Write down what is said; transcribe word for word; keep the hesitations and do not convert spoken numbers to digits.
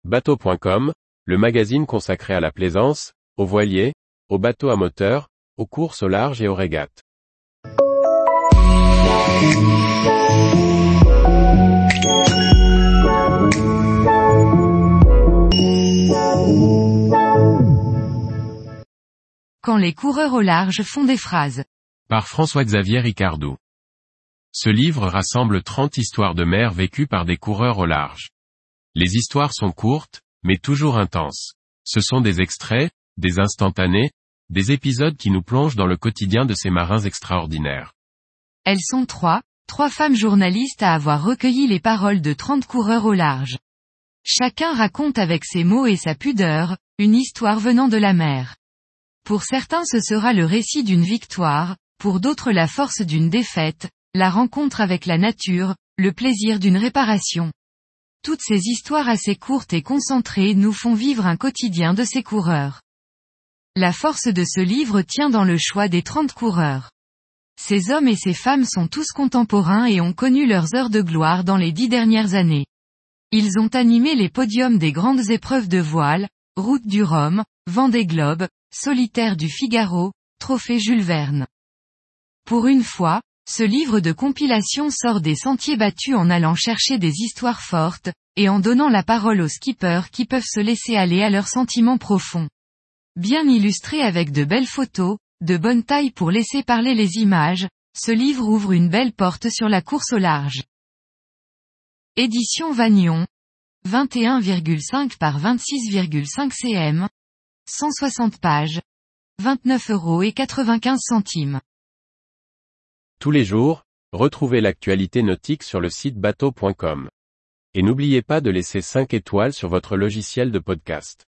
bateau point com, le magazine consacré à la plaisance, aux voiliers, aux bateaux à moteur, aux courses au large et aux régates. Quand les coureurs au large font des phrases. Par François-Xavier Ricardou. Ce livre rassemble trente histoires de mer vécues par des coureurs au large. Les histoires sont courtes, mais toujours intenses. Ce sont des extraits, des instantanés, des épisodes qui nous plongent dans le quotidien de ces marins extraordinaires. Elles sont trois, trois femmes journalistes à avoir recueilli les paroles de trente coureurs au large. Chacun raconte avec ses mots et sa pudeur, une histoire venant de la mer. Pour certains ce sera le récit d'une victoire, pour d'autres la force d'une défaite, la rencontre avec la nature, le plaisir d'une réparation. Toutes ces histoires assez courtes et concentrées nous font vivre un quotidien de ces coureurs. La force de ce livre tient dans le choix des trente coureurs. Ces hommes et ces femmes sont tous contemporains et ont connu leurs heures de gloire dans les dix dernières années. Ils ont animé les podiums des grandes épreuves de voile, Route du Rhum, Vendée Globe, Solitaire du Figaro, Trophée Jules Verne. Pour une fois, ce livre de compilation sort des sentiers battus en allant chercher des histoires fortes, et en donnant la parole aux skippers qui peuvent se laisser aller à leurs sentiments profonds. Bien illustré avec de belles photos, de bonne taille pour laisser parler les images, ce livre ouvre une belle porte sur la course au large. Édition Vagnon. vingt et un virgule cinq par vingt-six virgule cinq cm. cent soixante pages. vingt-neuf euros et quatre-vingt-quinze centimes. Tous les jours, retrouvez l'actualité nautique sur le site bateau point com. Et n'oubliez pas de laisser cinq étoiles sur votre logiciel de podcast.